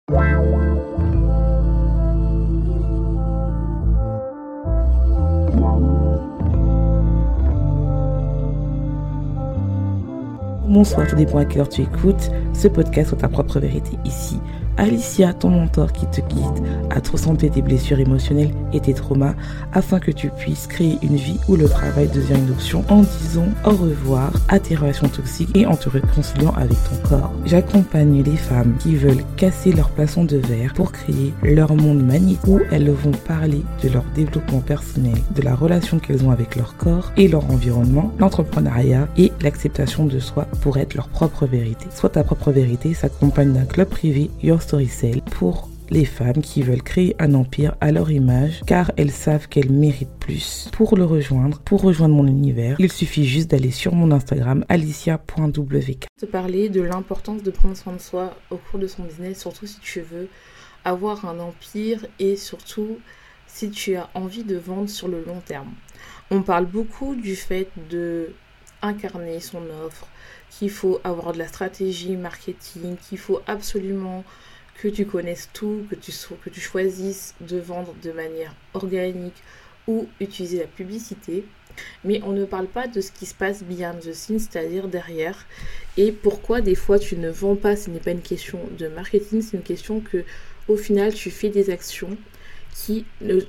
Bonsoir, tout dépend à quelle heure tu écoutes ce podcast sur ta propre vérité. Ici, Alicia, ton mentor qui te guide à transcender tes blessures émotionnelles et tes traumas afin que tu puisses créer une vie où le travail devient une option en disant au revoir à tes relations toxiques et en te réconciliant avec ton corps. J'accompagne les femmes qui veulent casser leur plafond de verre pour créer leur monde magnétique où elles vont parler de leur développement personnel, de la relation qu'elles ont avec leur corps et leur environnement, l'entrepreneuriat et l'acceptation de soi pour être leur propre vérité. Soit ta propre vérité s'accompagne d'un club privé Your Story Cell pour les femmes qui veulent créer un empire à leur image car elles savent qu'elles méritent plus. Pour rejoindre mon univers, il suffit juste d'aller sur mon Instagram alicia.wk. Te parler de l'importance de prendre soin de soi au cours de son business, surtout si tu veux avoir un empire et surtout si tu as envie de vendre sur le long terme. On parle beaucoup du fait de incarner son offre, qu'il faut avoir de la stratégie marketing, qu'il faut absolument que tu connaisses tout, que tu choisisses de vendre de manière organique ou utiliser la publicité. Mais on ne parle pas de ce qui se passe behind the scenes, c'est-à-dire derrière. Et pourquoi des fois tu ne vends pas, ce n'est pas une question de marketing, c'est une question que au final tu fais des actions qui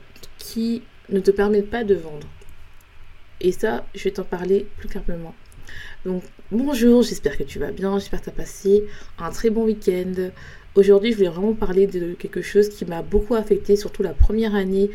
ne te permettent pas de vendre. Et ça, je vais t'en parler plus clairement. Donc, bonjour, j'espère que tu vas bien, j'espère que tu as passé un très bon week-end. Aujourd'hui, je voulais vraiment parler de quelque chose qui m'a beaucoup affectée, surtout la première année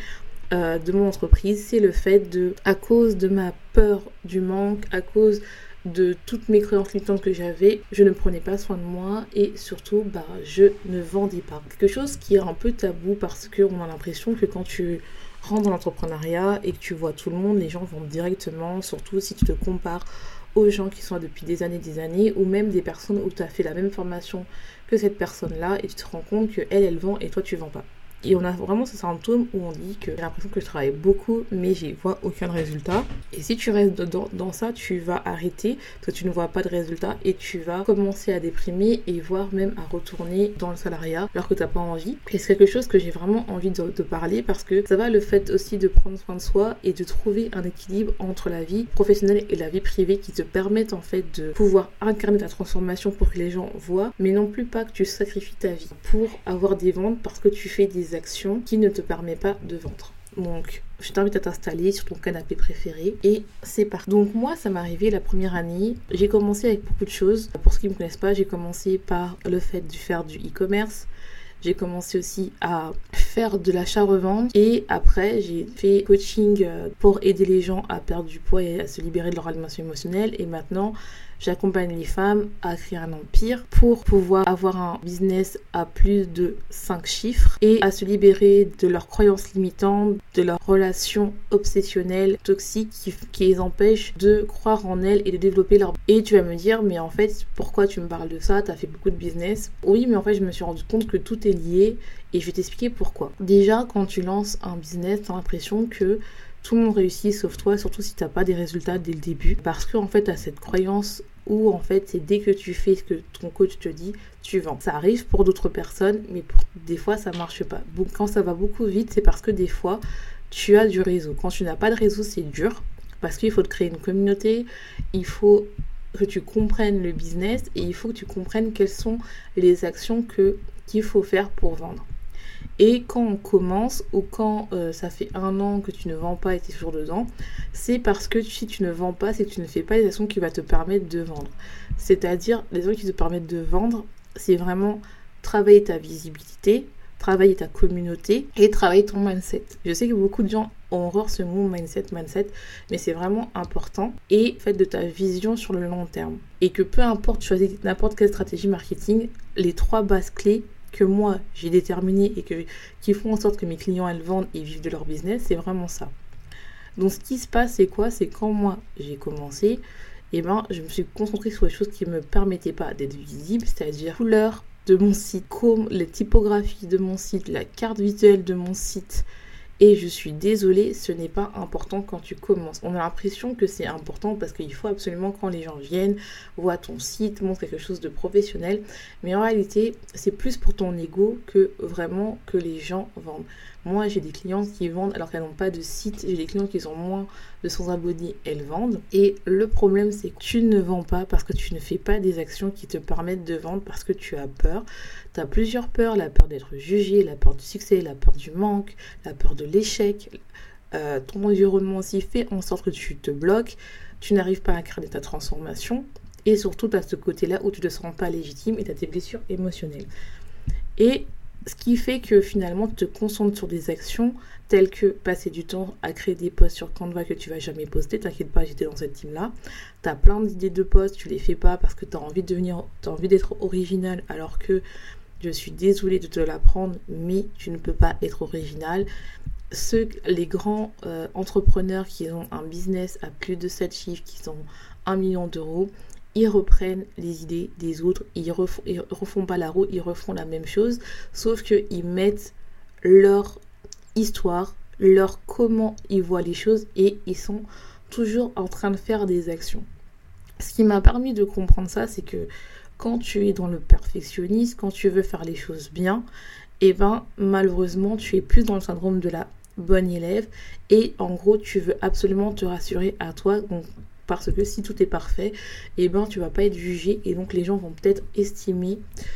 de mon entreprise. C'est le fait à cause de ma peur du manque, à cause de toutes mes croyances limitantes que j'avais, je ne prenais pas soin de moi et surtout, je ne vendais pas. Quelque chose qui est un peu tabou parce qu'on a l'impression que quand tu rentres dans l'entrepreneuriat et que tu vois tout le monde, les gens vendent directement, surtout si tu te compares aux gens qui sont là depuis des années, ou même des personnes où tu as fait la même formation que cette personne-là et tu te rends compte qu'elle vend et toi tu vends pas. Et on a vraiment ce symptôme où on dit que j'ai l'impression que je travaille beaucoup mais j'y vois aucun résultat. Et si tu restes dans ça, tu vas arrêter parce que tu ne vois pas de résultat et tu vas commencer à déprimer et voire même à retourner dans le salariat alors que tu n'as pas envie. Et c'est quelque chose que j'ai vraiment envie de parler parce que ça va le fait aussi de prendre soin de soi et de trouver un équilibre entre la vie professionnelle et la vie privée qui te permettent en fait de pouvoir incarner ta transformation pour que les gens voient, mais non plus pas que tu sacrifies ta vie pour avoir des ventes parce que tu fais des actions qui ne te permettent pas de vendre. Donc, je t'invite à t'installer sur ton canapé préféré et c'est parti. Donc moi, ça m'est arrivé la première année. J'ai commencé avec beaucoup de choses. Pour ceux qui ne me connaissent pas, j'ai commencé par le fait de faire du e-commerce. J'ai commencé aussi à faire de l'achat-revente et après j'ai fait coaching pour aider les gens à perdre du poids et à se libérer de leur alimentation émotionnelle et maintenant j'accompagne les femmes à créer un empire pour pouvoir avoir un business à plus de 5 chiffres et à se libérer de leurs croyances limitantes, de leurs relations obsessionnelles, toxiques qui les empêchent de croire en elles et de développer leur... Et tu vas me dire, mais en fait, pourquoi tu me parles de ça? T'as fait beaucoup de business. Oui, mais en fait, je me suis rendu compte que tout est lié et je vais t'expliquer pourquoi. Déjà, quand tu lances un business, t'as l'impression que tout le monde réussit sauf toi, surtout si t'as pas des résultats dès le début. Parce que en fait, t'as cette croyance où en fait, c'est dès que tu fais ce que ton coach te dit, tu vends. Ça arrive pour d'autres personnes, mais des fois, ça marche pas. Donc, quand ça va beaucoup vite, c'est parce que des fois, tu as du réseau. Quand tu n'as pas de réseau, c'est dur. Parce qu'il faut te créer une communauté, il faut que tu comprennes le business et il faut que tu comprennes quelles sont les actions qu'il faut faire pour vendre. Et quand on commence ou quand ça fait 1 an que tu ne vends pas et tu es toujours dedans, c'est parce que si tu ne vends pas, c'est que tu ne fais pas les actions qui vont te permettre de vendre. C'est-à-dire, les actions qui te permettent de vendre, c'est vraiment travailler ta visibilité, travailler ta communauté et travailler ton mindset. Je sais que beaucoup de gens ont horreur ce mot mindset, mais c'est vraiment important et fait de ta vision sur le long terme. Et que peu importe, tu choisis n'importe quelle stratégie marketing, les 3 bases clés que moi j'ai déterminées et qui font en sorte que mes clients elles vendent et vivent de leur business, c'est vraiment ça. Donc ce qui se passe, c'est quoi? C'est quand moi j'ai commencé, je me suis concentrée sur les choses qui me permettaient pas d'être visible, c'est-à-dire couleur de mon site, comme les typographies de mon site, la carte visuelle de mon site Et je suis désolée, ce n'est pas important quand tu commences. On a l'impression que c'est important parce qu'il faut absolument quand les gens viennent, voient ton site, montrent quelque chose de professionnel. Mais en réalité, c'est plus pour ton ego que vraiment que les gens vendent. Moi, j'ai des clients qui vendent alors qu'elles n'ont pas de site. J'ai des clients qui ont moins de 100 abonnés, elles vendent. Et le problème, c'est que tu ne vends pas parce que tu ne fais pas des actions qui te permettent de vendre parce que tu as peur. Tu as plusieurs peurs, la peur d'être jugé, la peur du succès, la peur du manque, la peur de l'échec. Ton environnement aussi fait en sorte que tu te bloques, tu n'arrives pas à créer ta transformation. Et surtout, tu as ce côté-là où tu ne te sens pas légitime et tu as tes blessures émotionnelles. Et ce qui fait que finalement, tu te concentres sur des actions telles que passer du temps à créer des posts sur Canva que tu vas jamais poster. T'inquiète pas, j'étais dans cette team-là. Tu as plein d'idées de posts, tu les fais pas parce que tu as envie d'être original alors que je suis désolée de te l'apprendre, mais tu ne peux pas être original. Les grands entrepreneurs qui ont un business à plus de 7 chiffres, qui ont 1 million d'euros, ils reprennent les idées des autres, ils refont pas la roue, ils refont la même chose, sauf qu'ils mettent leur histoire, leur comment ils voient les choses et ils sont toujours en train de faire des actions. Ce qui m'a permis de comprendre ça, c'est que quand tu es dans le perfectionnisme, quand tu veux faire les choses bien, malheureusement, tu es plus dans le syndrome de la bonne élève et en gros, tu veux absolument te rassurer à toi. Donc, parce que si tout est parfait, tu vas pas être jugé et donc les gens vont peut-être estimer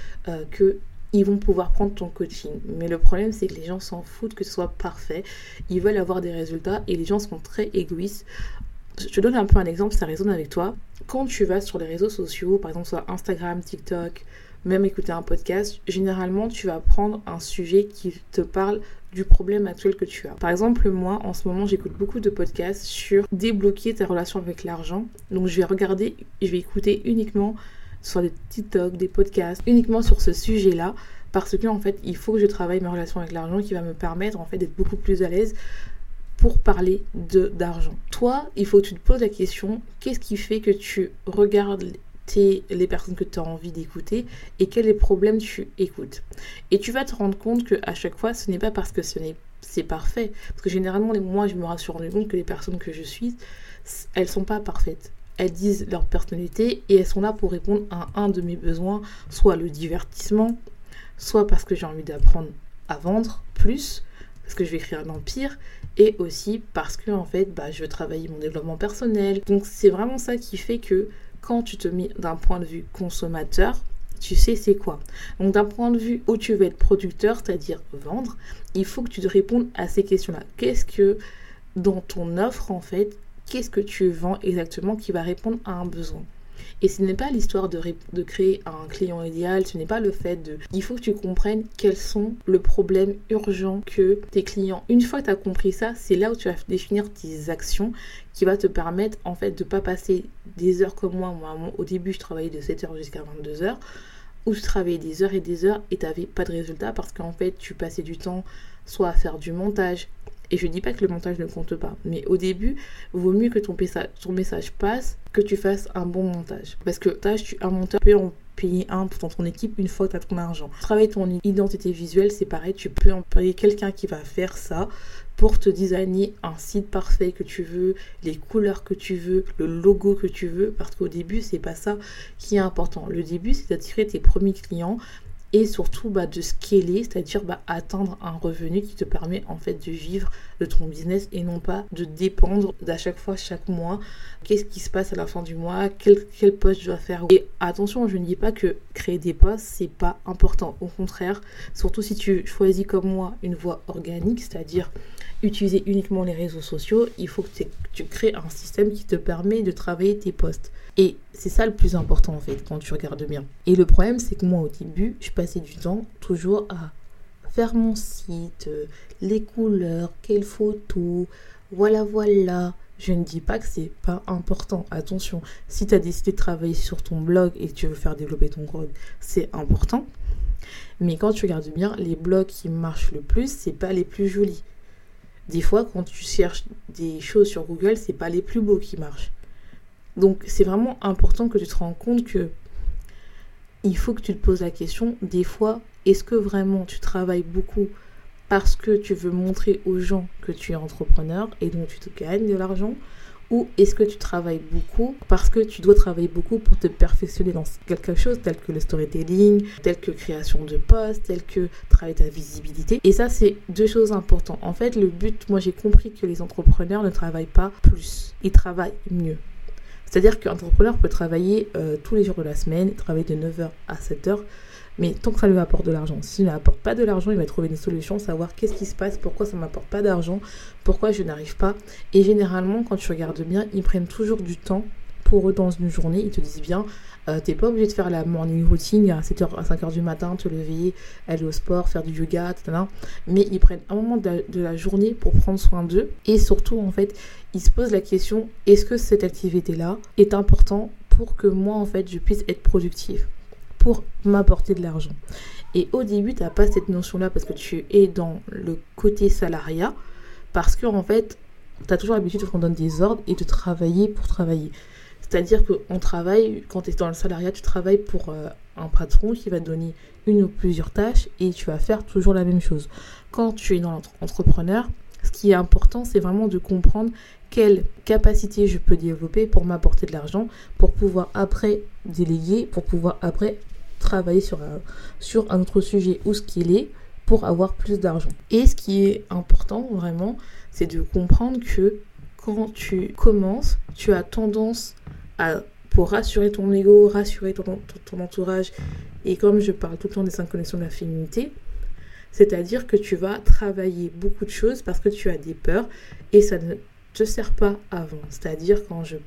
qu'ils vont pouvoir prendre ton coaching. Mais le problème, c'est que les gens s'en foutent que ce soit parfait. Ils veulent avoir des résultats et les gens sont très égoïstes. Je te donne un peu un exemple, ça résonne avec toi. Quand tu vas sur les réseaux sociaux, par exemple sur Instagram, TikTok, même écouter un podcast, généralement tu vas prendre un sujet qui te parle du problème actuel que tu as. Par exemple, moi, en ce moment, j'écoute beaucoup de podcasts sur débloquer ta relation avec l'argent. Donc, je vais écouter uniquement sur des TikTok, des podcasts, uniquement sur ce sujet-là, parce que, en fait, il faut que je travaille ma relation avec l'argent qui va me permettre, en fait, d'être beaucoup plus à l'aise pour parler d'argent. Toi, il faut que tu te poses la question, qu'est-ce qui fait que tu regardes les personnes que tu as envie d'écouter et quels les problèmes tu écoutes. Et tu vas te rendre compte qu'à chaque fois, ce n'est pas parce que c'est parfait. Parce que généralement, moi, je me rassure rendu compte que les personnes que je suis, elles sont pas parfaites. Elles disent leur personnalité et elles sont là pour répondre à un de mes besoins, soit le divertissement, soit parce que j'ai envie d'apprendre à vendre plus, parce que je vais créer un empire, et aussi parce que, en fait, je veux travailler mon développement personnel. Donc, c'est vraiment ça qui fait que quand tu te mets d'un point de vue consommateur, tu sais c'est quoi. Donc d'un point de vue où tu veux être producteur, c'est-à-dire vendre, il faut que tu te répondes à ces questions-là. Qu'est-ce que dans ton offre en fait, qu'est-ce que tu vends exactement qui va répondre à un besoin? Et ce n'est pas l'histoire de créer un client idéal, ce n'est pas le fait de... Il faut que tu comprennes quels sont le problème urgent que tes clients... Une fois que tu as compris ça, c'est là où tu vas définir tes actions qui va te permettre en fait de ne pas passer des heures comme moi. Moi, au début, je travaillais de 7h jusqu'à 22h, où je travaillais des heures et tu n'avais pas de résultat parce qu'en fait, tu passais du temps soit à faire du montage. Et je dis pas que le montage ne compte pas, mais au début, il vaut mieux que ton message passe, que tu fasses un bon montage. Parce que un monteur peut en payer un dans ton équipe une fois que tu as ton argent. Travailler ton identité visuelle, c'est pareil, tu peux en payer quelqu'un qui va faire ça pour te designer un site parfait que tu veux, les couleurs que tu veux, le logo que tu veux, parce qu'au début, c'est pas ça qui est important. Le début, c'est d'attirer tes premiers clients, et surtout de scaler, c'est-à-dire atteindre un revenu qui te permet en fait de vivre de ton business et non pas de dépendre d'à chaque fois, chaque mois, qu'est-ce qui se passe à la fin du mois, quel post je dois faire. Et attention, je ne dis pas que créer des posts, c'est pas important. Au contraire, surtout si tu choisis comme moi une voie organique, c'est-à-dire utiliser uniquement les réseaux sociaux, il faut que tu crées un système qui te permet de travailler tes posts. Et c'est ça le plus important en fait quand tu regardes bien. Et le problème c'est que moi au début, je passais du temps toujours à faire mon site, les couleurs, quelles photos, voilà. Je ne dis pas que c'est pas important. Attention, si tu as décidé de travailler sur ton blog et que tu veux faire développer ton blog, c'est important. Mais quand tu regardes bien, les blogs qui marchent le plus, c'est pas les plus jolis. Des fois, quand tu cherches des choses sur Google, c'est pas les plus beaux qui marchent. Donc, c'est vraiment important que tu te rends compte que il faut que tu te poses la question, des fois, est-ce que vraiment tu travailles beaucoup parce que tu veux montrer aux gens que tu es entrepreneur et donc tu te gagnes de l'argent? Ou est-ce que tu travailles beaucoup parce que tu dois travailler beaucoup pour te perfectionner dans quelque chose tel que le storytelling, tel que création de posts, tel que travailler ta visibilité? Et ça, c'est deux choses importantes. En fait, le but, moi j'ai compris que les entrepreneurs ne travaillent pas plus, ils travaillent mieux. C'est-à-dire qu'un entrepreneur peut travailler tous les jours de la semaine, travailler de 9h à 7h, mais tant que ça lui apporte de l'argent. S'il n'apporte pas de l'argent, il va trouver une solution, savoir qu'est-ce qui se passe, pourquoi ça ne m'apporte pas d'argent, pourquoi je n'arrive pas. Et généralement, quand tu regardes bien, ils prennent toujours du temps pour eux dans une journée. Ils te disent bien, t'es pas obligé de faire la morning routine à 7h, à 5h du matin, te lever, aller au sport, faire du yoga, etc. Mais ils prennent un moment de la journée pour prendre soin d'eux. Et surtout, en fait, ils se posent la question, est-ce que cette activité-là est importante pour que moi, en fait, je puisse être productive, pour m'apporter de l'argent? Et au début, tu n'as pas cette notion-là parce que tu es dans le côté salariat, parce que en fait, tu as toujours l'habitude qu'on donne des ordres et de travailler pour travailler. C'est-à-dire qu'on travaille, quand tu es dans le salariat, tu travailles pour un patron qui va te donner une ou plusieurs tâches et tu vas faire toujours la même chose. Quand tu es dans l'entrepreneur, ce qui est important, c'est vraiment de comprendre quelle capacité je peux développer pour m'apporter de l'argent, pour pouvoir après déléguer, pour pouvoir après travailler sur un autre sujet ou scaler pour avoir plus d'argent. Et ce qui est important vraiment, c'est de comprendre que quand tu commences, tu as tendance pour rassurer ton ego, rassurer ton entourage, et comme je parle tout le temps des 5 connexions de la féminité, c'est-à-dire que tu vas travailler beaucoup de choses parce que tu as des peurs et ça ne te sert pas avant. C'est-à-dire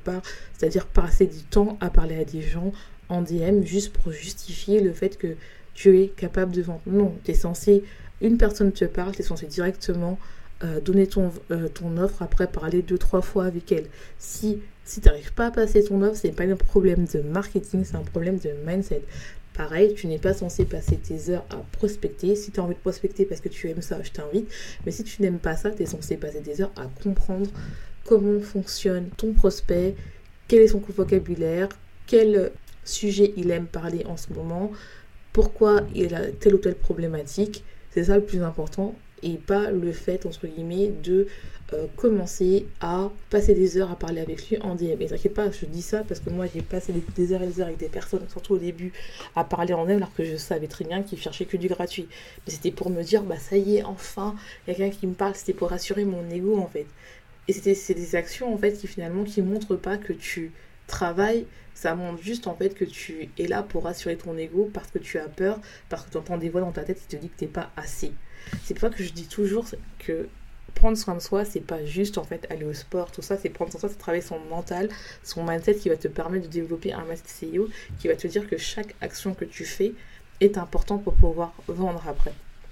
passer du temps à parler à des gens en DM juste pour justifier le fait que tu es capable de vendre. Non, une personne te parle, tu es censé directement donner ton offre, après parler 2-3 fois avec elle. Si tu n'arrives pas à passer ton offre, c'est pas un problème de marketing, c'est un problème de mindset. Pareil, tu n'es pas censé passer tes heures à prospecter. Si tu as envie de prospecter parce que tu aimes ça, je t'invite. Mais si tu n'aimes pas ça, tu es censé passer des heures à comprendre comment fonctionne ton prospect, quel est son vocabulaire, quel sujet il aime parler en ce moment, pourquoi il a telle ou telle problématique. C'est ça le plus important, et pas le fait, entre guillemets, de commencer à passer des heures à parler avec lui en DM. Et t'inquiète pas, je dis ça parce que moi j'ai passé des heures et des heures avec des personnes, surtout au début, à parler en DM, alors que je savais très bien qu'ils cherchaient que du gratuit. Mais c'était pour me dire, ça y est, enfin, il y a quelqu'un qui me parle, c'était pour rassurer mon ego en fait. Et c'est des actions en fait qui montrent pas que tu travailles, ça montre juste en fait que tu es là pour rassurer ton ego parce que tu as peur, parce que tu entends des voix dans ta tête qui te dit que t'es pas assez. C'est pour ça que je dis toujours que prendre soin de soi, c'est pas juste en fait aller au sport, tout ça, c'est prendre soin de soi, c'est travailler son mental, son mindset qui va te permettre de développer un mindset CEO qui va te dire que chaque action que tu fais est importante pour pouvoir vendre après.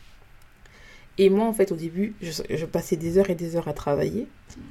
Et moi en fait au début, je passais des heures et des heures à travailler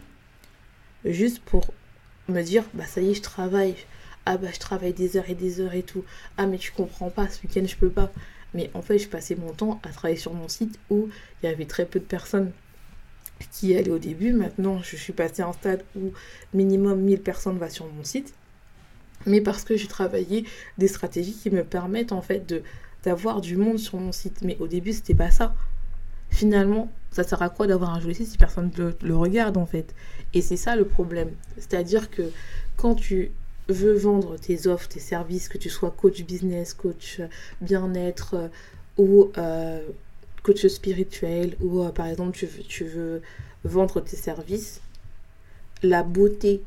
juste pour me dire ça y est, je travaille. Je travaille des heures et des heures et tout. Mais tu comprends pas, ce week-end je peux pas. Mais en fait, je passais mon temps à travailler sur mon site où il y avait très peu de personnes qui y allaient au début. Maintenant, je suis passée à un stade où minimum 1000 personnes vont sur mon site. Mais parce que j'ai travaillé des stratégies qui me permettent en fait d'avoir du monde sur mon site. Mais au début, c'était pas ça. Finalement, ça sert à quoi d'avoir un joli site si personne ne le regarde en fait? Et c'est ça le problème. C'est-à-dire que quand tu veux vendre tes offres, tes services, que tu sois coach business, coach bien-être ou coach spirituel ou par exemple tu veux vendre tes services, la beauté,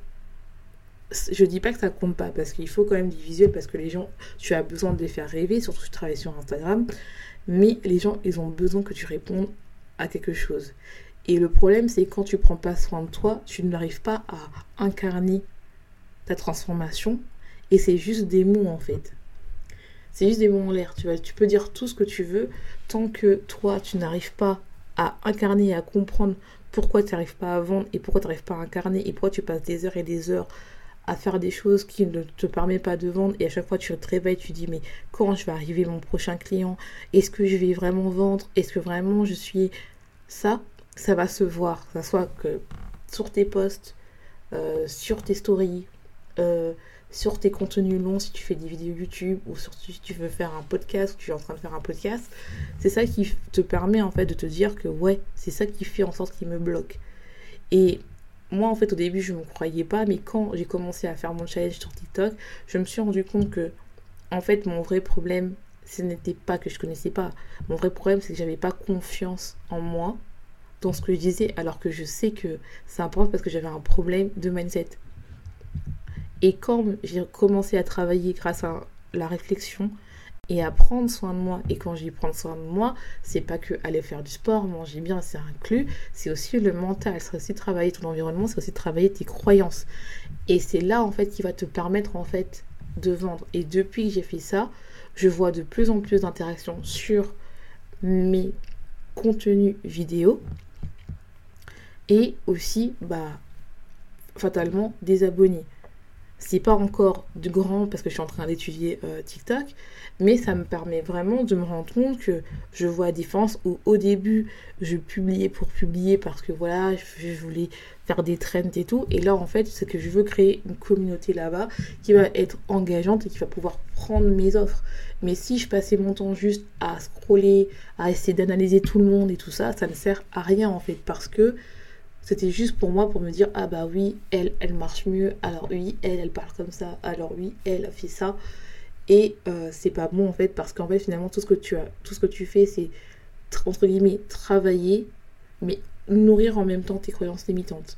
je dis pas que ça compte pas parce qu'il faut quand même du visuel parce que les gens, tu as besoin de les faire rêver, surtout si tu travailles sur Instagram, mais les gens, ils ont besoin que tu répondes à quelque chose. Et le problème, c'est quand tu prends pas soin de toi, tu n'arrives pas à incarner ta transformation et c'est juste des mots en fait. C'est juste des mots en l'air. Tu peux dire tout ce que tu veux tant que toi, tu n'arrives pas à incarner et à comprendre pourquoi tu n'arrives pas à vendre et pourquoi tu n'arrives pas à incarner et pourquoi tu passes des heures et des heures à faire des choses qui ne te permettent pas de vendre et à chaque fois tu te réveilles, tu dis mais quand je vais arriver mon prochain client? Est-ce que je vais vraiment vendre? Est-ce que vraiment je suis... Ça va se voir. Ça soit que sur tes posts, sur tes stories, sur tes contenus longs, si tu fais des vidéos YouTube ou surtout si tu veux faire un podcast, ou tu es en train de faire un podcast, c'est ça qui te permet en fait de te dire que ouais, c'est ça qui fait en sorte qu'il me bloque. Et moi en fait au début je ne me croyais pas, mais quand j'ai commencé à faire mon challenge sur TikTok, je me suis rendu compte que en fait mon vrai problème, ce n'était pas que je connaissais pas. Mon vrai problème, c'est que j'avais pas confiance en moi dans ce que je disais, alors que je sais que c'est important parce que j'avais un problème de mindset. Et quand j'ai commencé à travailler grâce à la réflexion et à prendre soin de moi, et quand j'ai prendre soin de moi, c'est pas que aller faire du sport, manger bien, c'est inclus, c'est aussi le mental, c'est aussi travailler ton environnement, c'est aussi travailler tes croyances. Et c'est là en fait qui va te permettre en fait de vendre. Et depuis que j'ai fait ça, je vois de plus en plus d'interactions sur mes contenus vidéo et aussi fatalement des abonnés. C'est pas encore du grand parce que je suis en train d'étudier TikTok, mais ça me permet vraiment de me rendre compte que je vois la différence où au début je publiais pour publier parce que voilà, je voulais faire des trends et tout, et là en fait c'est que je veux créer une communauté là-bas qui va être engageante et qui va pouvoir prendre mes offres. Mais si je passais mon temps juste à scroller, à essayer d'analyser tout le monde et tout ça, ça ne sert à rien en fait, parce que c'était juste pour moi, pour me dire, ah bah oui, elle marche mieux, alors oui, elle parle comme ça, alors oui, elle a fait ça. Et c'est pas bon en fait, parce qu'en fait finalement tout ce que tu fais, c'est entre guillemets travailler, mais nourrir en même temps tes croyances limitantes.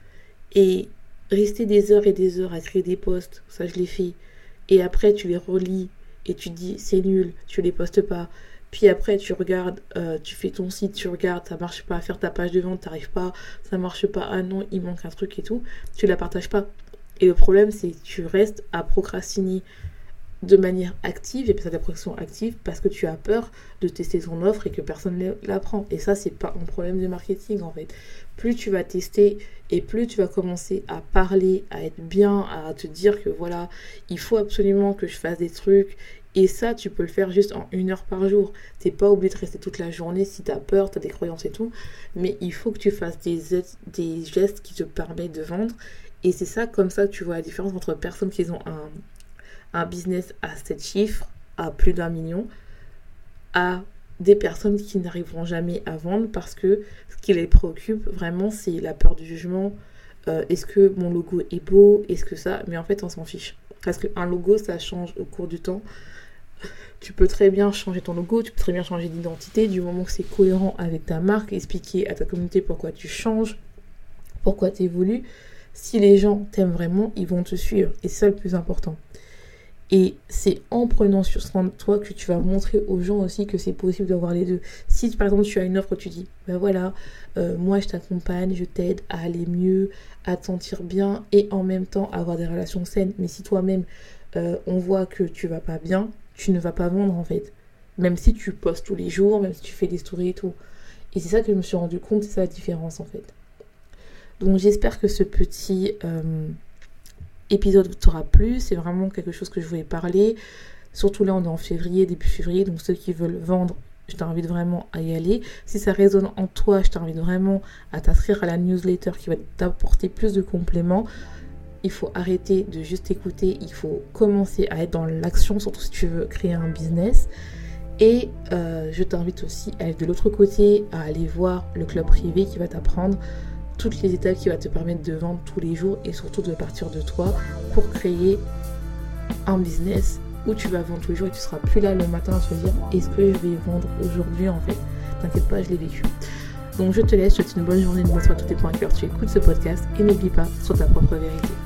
Et rester des heures et des heures à créer des posts, ça je l'ai fait. Et après tu les relis et tu te dis c'est nul, tu les postes pas. Puis après, tu regardes, tu fais ton site, tu regardes, ça marche pas, faire ta page de vente, t'arrives pas, ça marche pas, ah non, il manque un truc et tout, tu la partages pas. Et le problème, c'est que tu restes à procrastiner de manière active, et ça de la procrastination active, parce que tu as peur de tester ton offre et que personne ne la prend. Et ça, c'est pas un problème de marketing en fait. Plus tu vas tester et plus tu vas commencer à parler, à être bien, à te dire que voilà, il faut absolument que je fasse des trucs. Et ça, tu peux le faire juste en 1 heure par jour. T'es pas obligé de rester toute la journée si t'as peur, t'as des croyances et tout. Mais il faut que tu fasses des gestes qui te permettent de vendre. Et c'est ça, comme ça, que tu vois la différence entre personnes qui ont un business à 7 chiffres, à plus d'1 million, à des personnes qui n'arriveront jamais à vendre parce que ce qui les préoccupe vraiment, c'est la peur du jugement. Est-ce que mon logo est beau? Est-ce que ça? Mais en fait, on s'en fiche. Parce qu'un logo, ça change au cours du temps. Tu peux très bien changer ton logo, tu peux très bien changer d'identité du moment que c'est cohérent avec ta marque, expliquer à ta communauté pourquoi tu changes, pourquoi tu évolues. Si les gens t'aiment vraiment, ils vont te suivre. Et c'est ça le plus important. Et c'est en prenant sur soin de toi que tu vas montrer aux gens aussi que c'est possible d'avoir les deux. Si par exemple tu as une offre, tu dis, ben voilà, moi je t'accompagne, je t'aide à aller mieux, à te sentir bien et en même temps avoir des relations saines. Mais si toi-même, on voit que tu vas pas bien, tu ne vas pas vendre en fait. Même si tu postes tous les jours, même si tu fais des stories et tout. Et c'est ça que je me suis rendu compte, c'est ça la différence en fait. Donc j'espère que ce petit épisode t'aura plu. C'est vraiment quelque chose que je voulais parler. Surtout là, on est en février, début février. Donc ceux qui veulent vendre, je t'invite vraiment à y aller. Si ça résonne en toi, je t'invite vraiment à t'inscrire à la newsletter qui va t'apporter plus de compléments. Il faut arrêter de juste écouter. Il faut commencer à être dans l'action, surtout si tu veux créer un business. Et je t'invite aussi à être de l'autre côté, à aller voir le club privé qui va t'apprendre toutes les étapes qui va te permettre de vendre tous les jours et surtout de partir de toi pour créer un business où tu vas vendre tous les jours et tu seras plus là le matin à te dire est-ce que je vais vendre aujourd'hui en fait. T'inquiète pas, je l'ai vécu. Donc je te laisse, je te souhaite une bonne journée, une bonne soirée à tous tes points à cœur. Tu écoutes ce podcast et n'oublie pas, sois ta propre vérité.